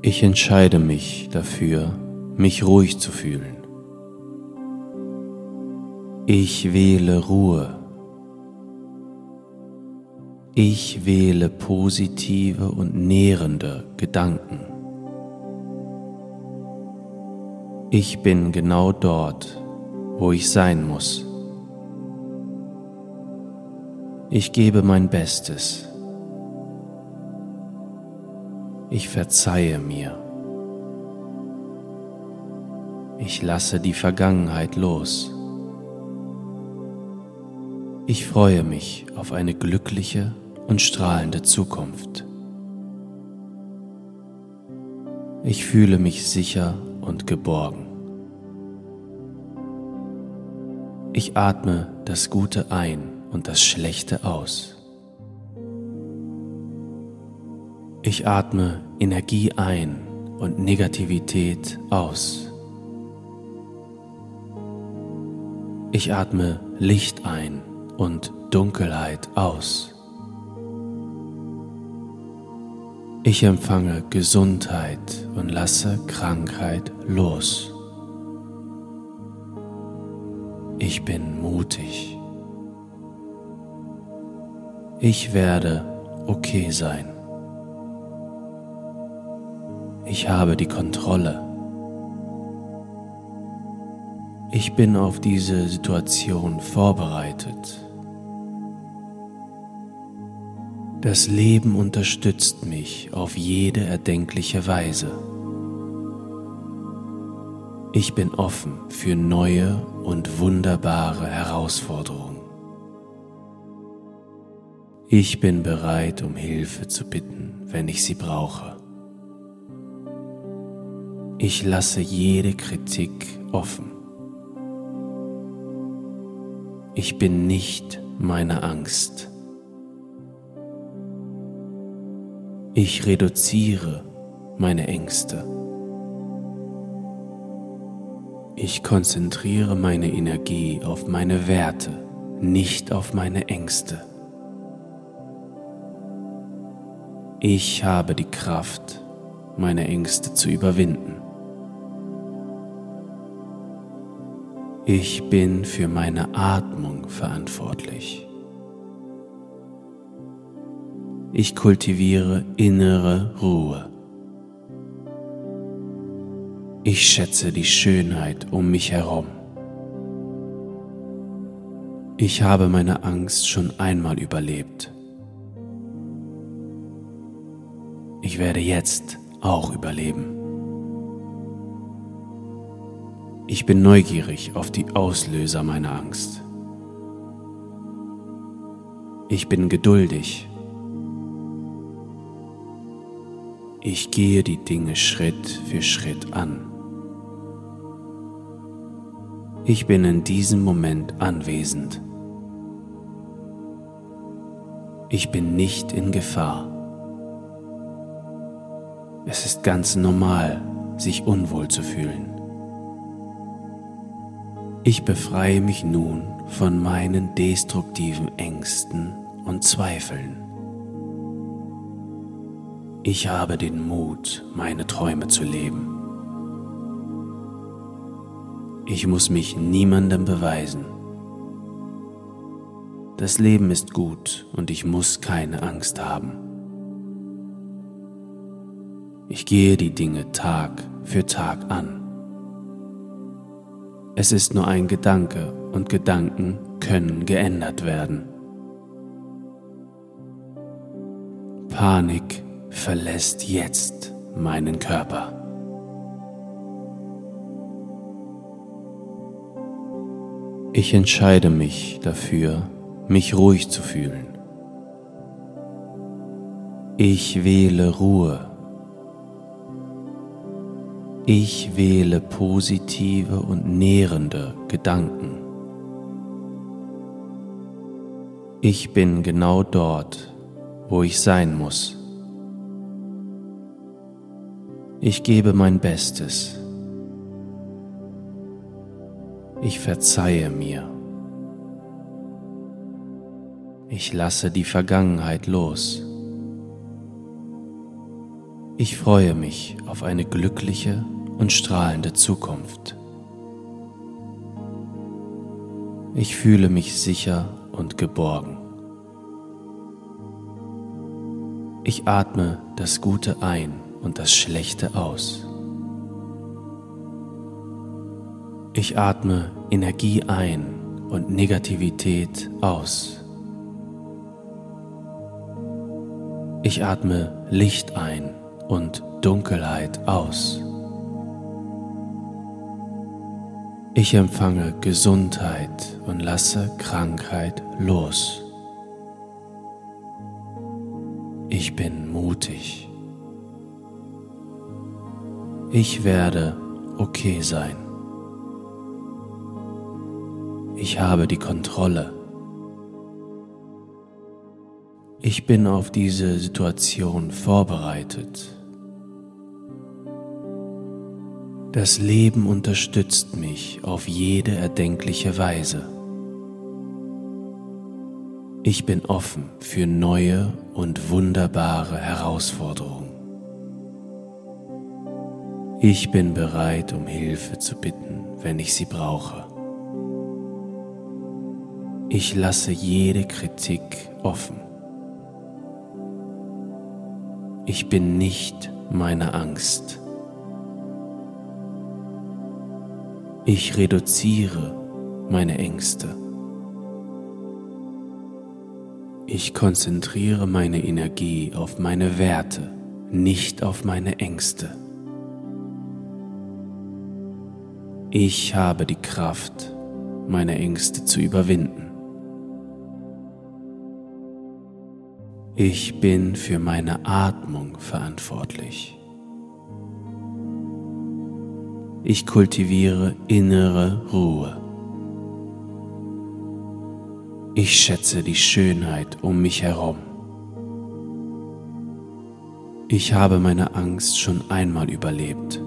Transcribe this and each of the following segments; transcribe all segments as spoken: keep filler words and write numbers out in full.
Ich entscheide mich dafür, mich ruhig zu fühlen. Ich wähle Ruhe. Ich wähle positive und nährende Gedanken. Ich bin genau dort, wo ich sein muss. Ich gebe mein Bestes. Ich verzeihe mir. Ich lasse die Vergangenheit los. Ich freue mich auf eine glückliche und strahlende Zukunft. Ich fühle mich sicher und geborgen. Ich atme das Gute ein und das Schlechte aus. Ich atme Energie ein und Negativität aus. Ich atme Licht ein und Dunkelheit aus. Ich empfange Gesundheit und lasse Krankheit los. Ich bin mutig. Ich werde okay sein. Ich habe die Kontrolle. Ich bin auf diese Situation vorbereitet. Das Leben unterstützt mich auf jede erdenkliche Weise. Ich bin offen für neue und wunderbare Herausforderungen. Ich bin bereit, um Hilfe zu bitten, wenn ich sie brauche. Ich lasse jede Kritik offen. Ich bin nicht meine Angst. Ich reduziere meine Ängste. Ich konzentriere meine Energie auf meine Werte, nicht auf meine Ängste. Ich habe die Kraft, meine Ängste zu überwinden. Ich bin für meine Atmung verantwortlich. Ich kultiviere innere Ruhe. Ich schätze die Schönheit um mich herum. Ich habe meine Angst schon einmal überlebt. Ich werde jetzt auch überleben. Ich bin neugierig auf die Auslöser meiner Angst. Ich bin geduldig. Ich gehe die Dinge Schritt für Schritt an. Ich bin in diesem Moment anwesend. Ich bin nicht in Gefahr. Es ist ganz normal, sich unwohl zu fühlen. Ich befreie mich nun von meinen destruktiven Ängsten und Zweifeln. Ich habe den Mut, meine Träume zu leben. Ich muss mich niemandem beweisen. Das Leben ist gut und ich muss keine Angst haben. Ich gehe die Dinge Tag für Tag an. Es ist nur ein Gedanke und Gedanken können geändert werden. Panik verlässt jetzt meinen Körper. Ich entscheide mich dafür, mich ruhig zu fühlen. Ich wähle Ruhe. Ich wähle positive und nährende Gedanken. Ich bin genau dort, wo ich sein muss. Ich gebe mein Bestes. Ich verzeihe mir. Ich lasse die Vergangenheit los. Ich freue mich auf eine glückliche und strahlende Zukunft. Ich fühle mich sicher und geborgen. Ich atme das Gute ein und das Schlechte aus. Ich atme Energie ein und Negativität aus. Ich atme Licht ein und Dunkelheit aus. Ich empfange Gesundheit und lasse Krankheit los. Ich bin mutig. Ich werde okay sein. Ich habe die Kontrolle. Ich bin auf diese Situation vorbereitet. Das Leben unterstützt mich auf jede erdenkliche Weise. Ich bin offen für neue und wunderbare Herausforderungen. Ich bin bereit, um Hilfe zu bitten, wenn ich sie brauche. Ich lasse jede Kritik offen. Ich bin nicht meine Angst. Ich reduziere meine Ängste. Ich konzentriere meine Energie auf meine Werte, nicht auf meine Ängste. Ich habe die Kraft, meine Ängste zu überwinden. Ich bin für meine Atmung verantwortlich. Ich kultiviere innere Ruhe. Ich schätze die Schönheit um mich herum. Ich habe meine Angst schon einmal überlebt.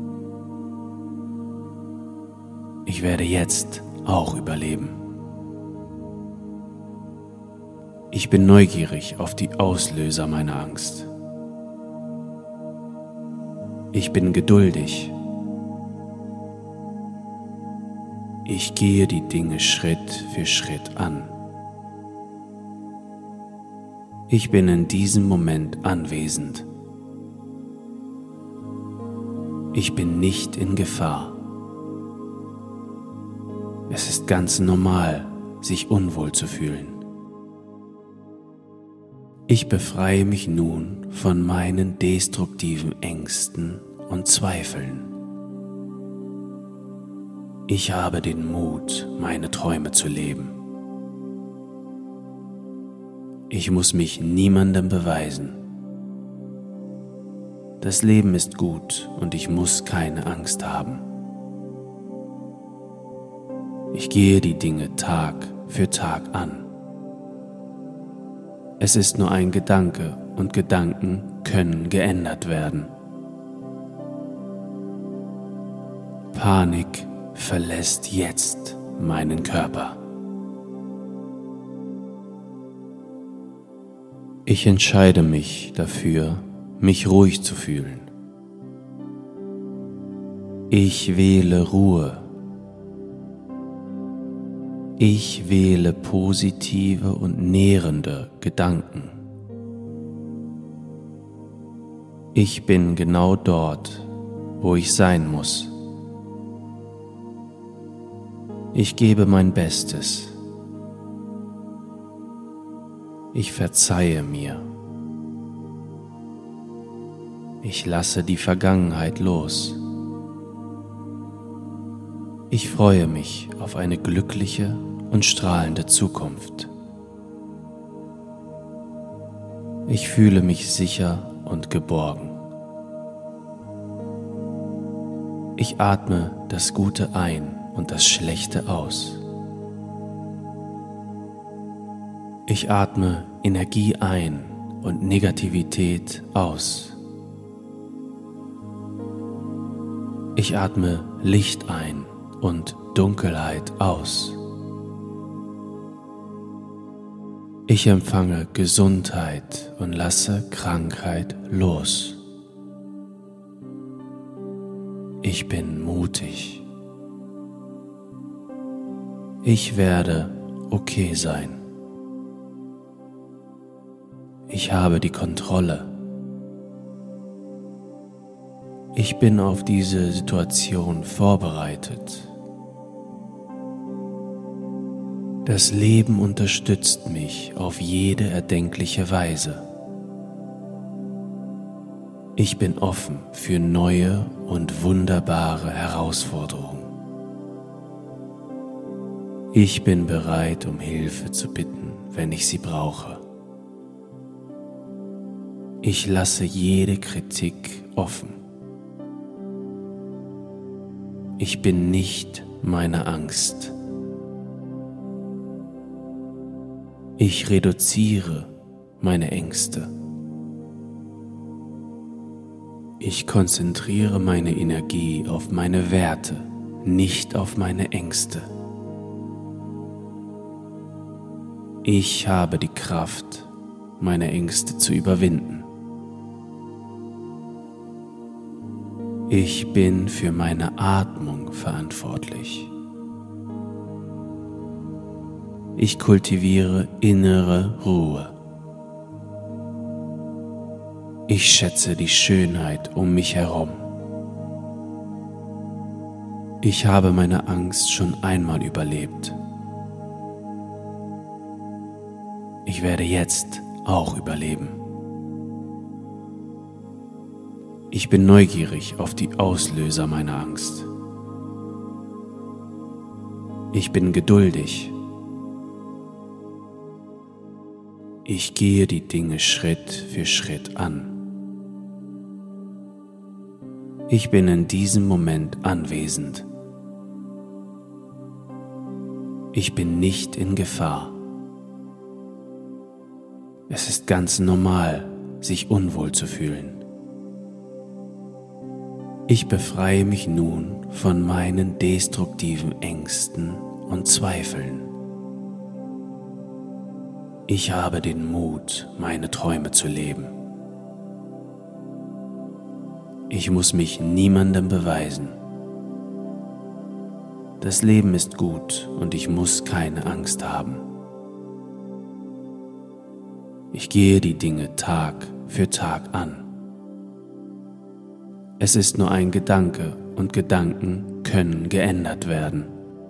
Ich werde jetzt auch überleben. Ich bin neugierig auf die Auslöser meiner Angst. Ich bin geduldig. Ich gehe die Dinge Schritt für Schritt an. Ich bin in diesem Moment anwesend. Ich bin nicht in Gefahr. Es ist ganz normal, sich unwohl zu fühlen. Ich befreie mich nun von meinen destruktiven Ängsten und Zweifeln. Ich habe den Mut, meine Träume zu leben. Ich muss mich niemandem beweisen. Das Leben ist gut und ich muss keine Angst haben. Ich gehe die Dinge Tag für Tag an. Es ist nur ein Gedanke und Gedanken können geändert werden. Panik verlässt jetzt meinen Körper. Ich entscheide mich dafür, mich ruhig zu fühlen. Ich wähle Ruhe. Ich wähle positive und nährende Gedanken. Ich bin genau dort, wo ich sein muss. Ich gebe mein Bestes. Ich verzeihe mir. Ich lasse die Vergangenheit los. Ich freue mich auf eine glückliche und strahlende Zukunft. Ich fühle mich sicher und geborgen. Ich atme das Gute ein und das Schlechte aus. Ich atme Energie ein und Negativität aus. Ich atme Licht ein und Dunkelheit aus. Ich empfange Gesundheit und lasse Krankheit los. Ich bin mutig. Ich werde okay sein. Ich habe die Kontrolle. Ich bin auf diese Situation vorbereitet. Das Leben unterstützt mich auf jede erdenkliche Weise. Ich bin offen für neue und wunderbare Herausforderungen. Ich bin bereit, um Hilfe zu bitten, wenn ich sie brauche. Ich lasse jede Kritik offen. Ich bin nicht meine Angst. Ich reduziere meine Ängste. Ich konzentriere meine Energie auf meine Werte, nicht auf meine Ängste. Ich habe die Kraft, meine Ängste zu überwinden. Ich bin für meine Atmung verantwortlich. Ich kultiviere innere Ruhe. Ich schätze die Schönheit um mich herum. Ich habe meine Angst schon einmal überlebt. Ich werde jetzt auch überleben. Ich bin neugierig auf die Auslöser meiner Angst. Ich bin geduldig. Ich gehe die Dinge Schritt für Schritt an. Ich bin in diesem Moment anwesend. Ich bin nicht in Gefahr. Es ist ganz normal, sich unwohl zu fühlen. Ich befreie mich nun von meinen destruktiven Ängsten und Zweifeln. Ich habe den Mut, meine Träume zu leben. Ich muss mich niemandem beweisen. Das Leben ist gut und ich muss keine Angst haben. Ich gehe die Dinge Tag für Tag an. Es ist nur ein Gedanke und Gedanken können geändert werden.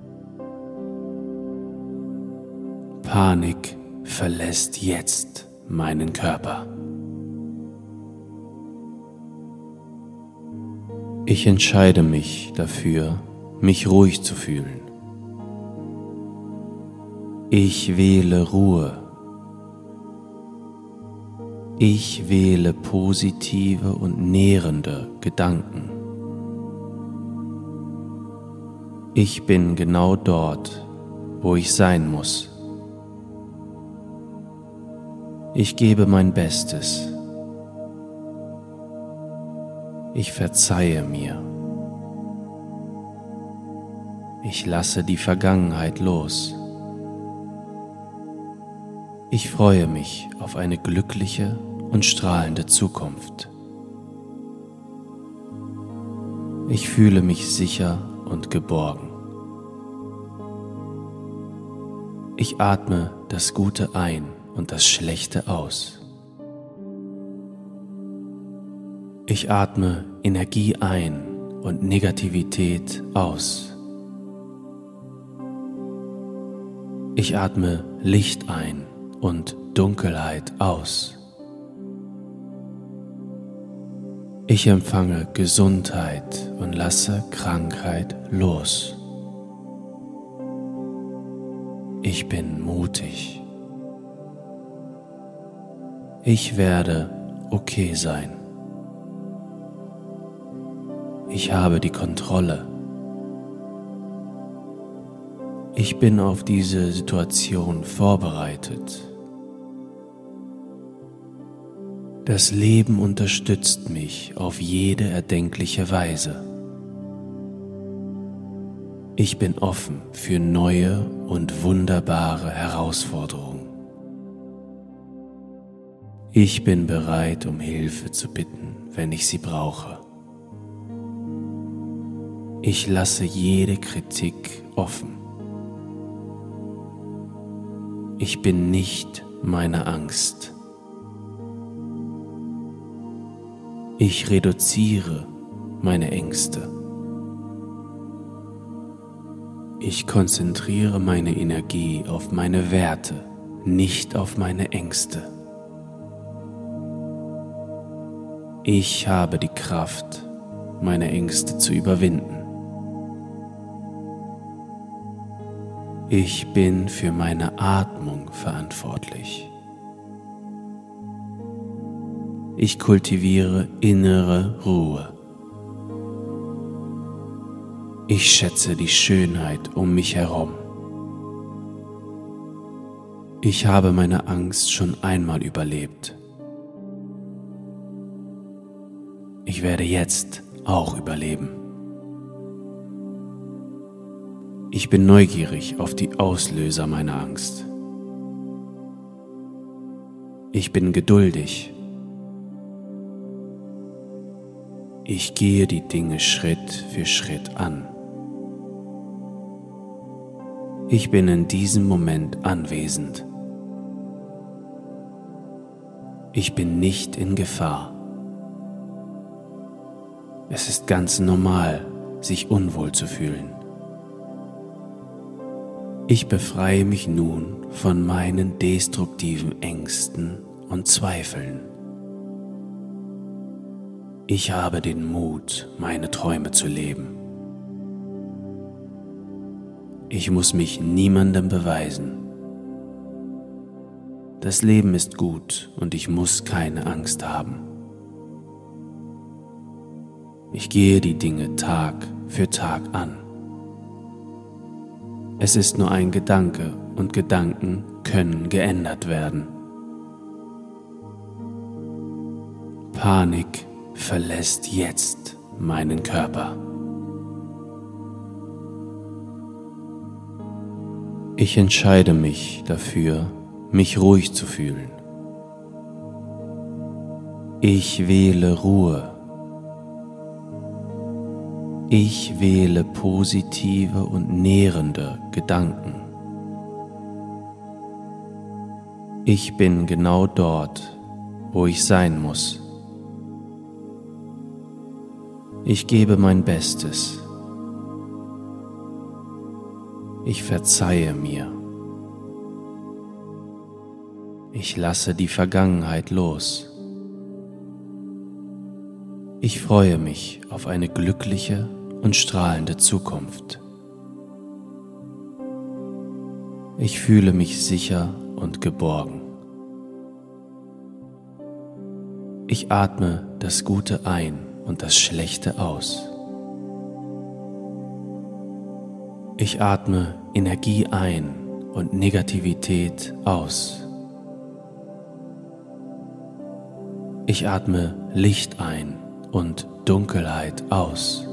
Panik verlässt jetzt meinen Körper. Ich entscheide mich dafür, mich ruhig zu fühlen. Ich wähle Ruhe. Ich wähle positive und nährende Gedanken. Ich bin genau dort, wo ich sein muss. Ich gebe mein Bestes. Ich verzeihe mir. Ich lasse die Vergangenheit los. Ich freue mich auf eine glückliche und strahlende Zukunft. Ich fühle mich sicher und geborgen. Ich atme das Gute ein und das Schlechte aus. Ich atme Energie ein und Negativität aus. Ich atme Licht ein und Dunkelheit aus. Ich empfange Gesundheit und lasse Krankheit los. Ich bin mutig. Ich werde okay sein. Ich habe die Kontrolle. Ich bin auf diese Situation vorbereitet. Das Leben unterstützt mich auf jede erdenkliche Weise. Ich bin offen für neue und wunderbare Herausforderungen. Ich bin bereit, um Hilfe zu bitten, wenn ich sie brauche. Ich lasse jede Kritik offen. Ich bin nicht meine Angst. Ich reduziere meine Ängste. Ich konzentriere meine Energie auf meine Werte, nicht auf meine Ängste. Ich habe die Kraft, meine Ängste zu überwinden. Ich bin für meine Atmung verantwortlich. Ich kultiviere innere Ruhe. Ich schätze die Schönheit um mich herum. Ich habe meine Angst schon einmal überlebt. Ich werde jetzt auch überleben. Ich bin neugierig auf die Auslöser meiner Angst. Ich bin geduldig. Ich gehe die Dinge Schritt für Schritt an. Ich bin in diesem Moment anwesend. Ich bin nicht in Gefahr. Es ist ganz normal, sich unwohl zu fühlen. Ich befreie mich nun von meinen destruktiven Ängsten und Zweifeln. Ich habe den Mut, meine Träume zu leben. Ich muss mich niemandem beweisen. Das Leben ist gut und ich muss keine Angst haben. Ich gehe die Dinge Tag für Tag an. Es ist nur ein Gedanke und Gedanken können geändert werden. Panik verlässt jetzt meinen Körper. Ich entscheide mich dafür, mich ruhig zu fühlen. Ich wähle Ruhe. Ich wähle positive und nährende Gedanken. Ich bin genau dort, wo ich sein muss. Ich gebe mein Bestes. Ich verzeihe mir. Ich lasse die Vergangenheit los. Ich freue mich auf eine glückliche und strahlende Zukunft. Ich fühle mich sicher und geborgen. Ich atme das Gute ein und das Schlechte aus. Ich atme Energie ein und Negativität aus. Ich atme Licht ein und Dunkelheit aus.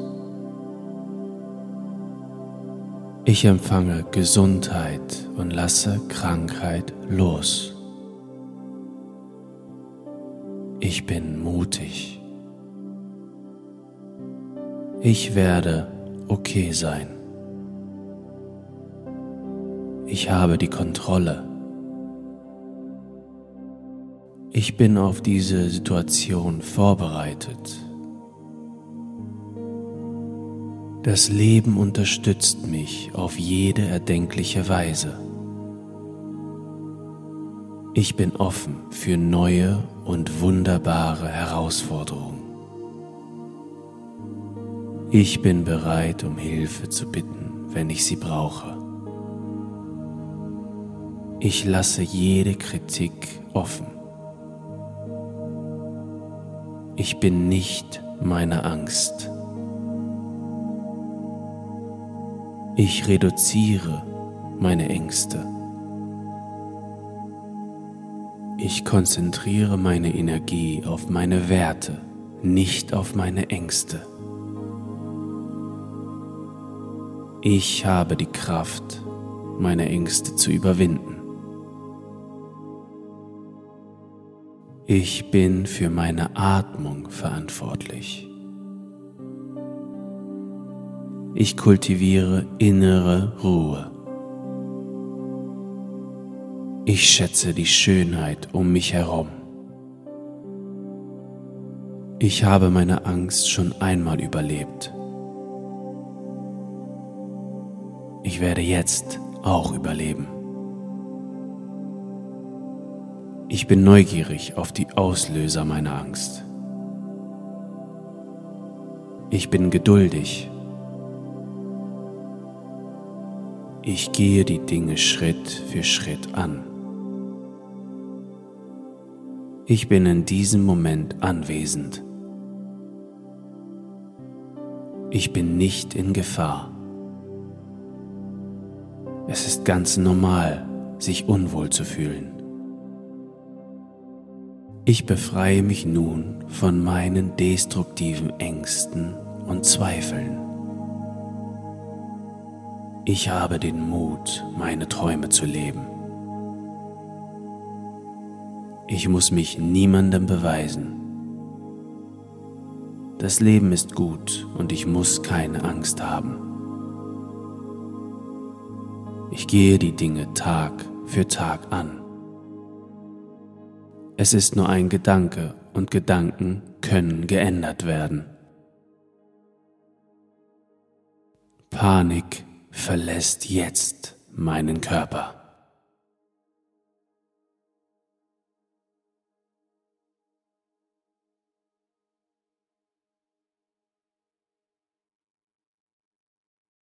Ich empfange Gesundheit und lasse Krankheit los. Ich bin mutig. Ich werde okay sein. Ich habe die Kontrolle. Ich bin auf diese Situation vorbereitet. Das Leben unterstützt mich auf jede erdenkliche Weise. Ich bin offen für neue und wunderbare Herausforderungen. Ich bin bereit, um Hilfe zu bitten, wenn ich sie brauche. Ich lasse jede Kritik offen. Ich bin nicht meine Angst. Ich reduziere meine Ängste. Ich konzentriere meine Energie auf meine Werte, nicht auf meine Ängste. Ich habe die Kraft, meine Ängste zu überwinden. Ich bin für meine Atmung verantwortlich. Ich kultiviere innere Ruhe. Ich schätze die Schönheit um mich herum. Ich habe meine Angst schon einmal überlebt. Ich werde jetzt auch überleben. Ich bin neugierig auf die Auslöser meiner Angst. Ich bin geduldig. Ich gehe die Dinge Schritt für Schritt an. Ich bin in diesem Moment anwesend. Ich bin nicht in Gefahr. Es ist ganz normal, sich unwohl zu fühlen. Ich befreie mich nun von meinen destruktiven Ängsten und Zweifeln. Ich habe den Mut, meine Träume zu leben. Ich muss mich niemandem beweisen. Das Leben ist gut und ich muss keine Angst haben. Ich gehe die Dinge Tag für Tag an. Es ist nur ein Gedanke und Gedanken können geändert werden. Panik verlässt jetzt meinen Körper.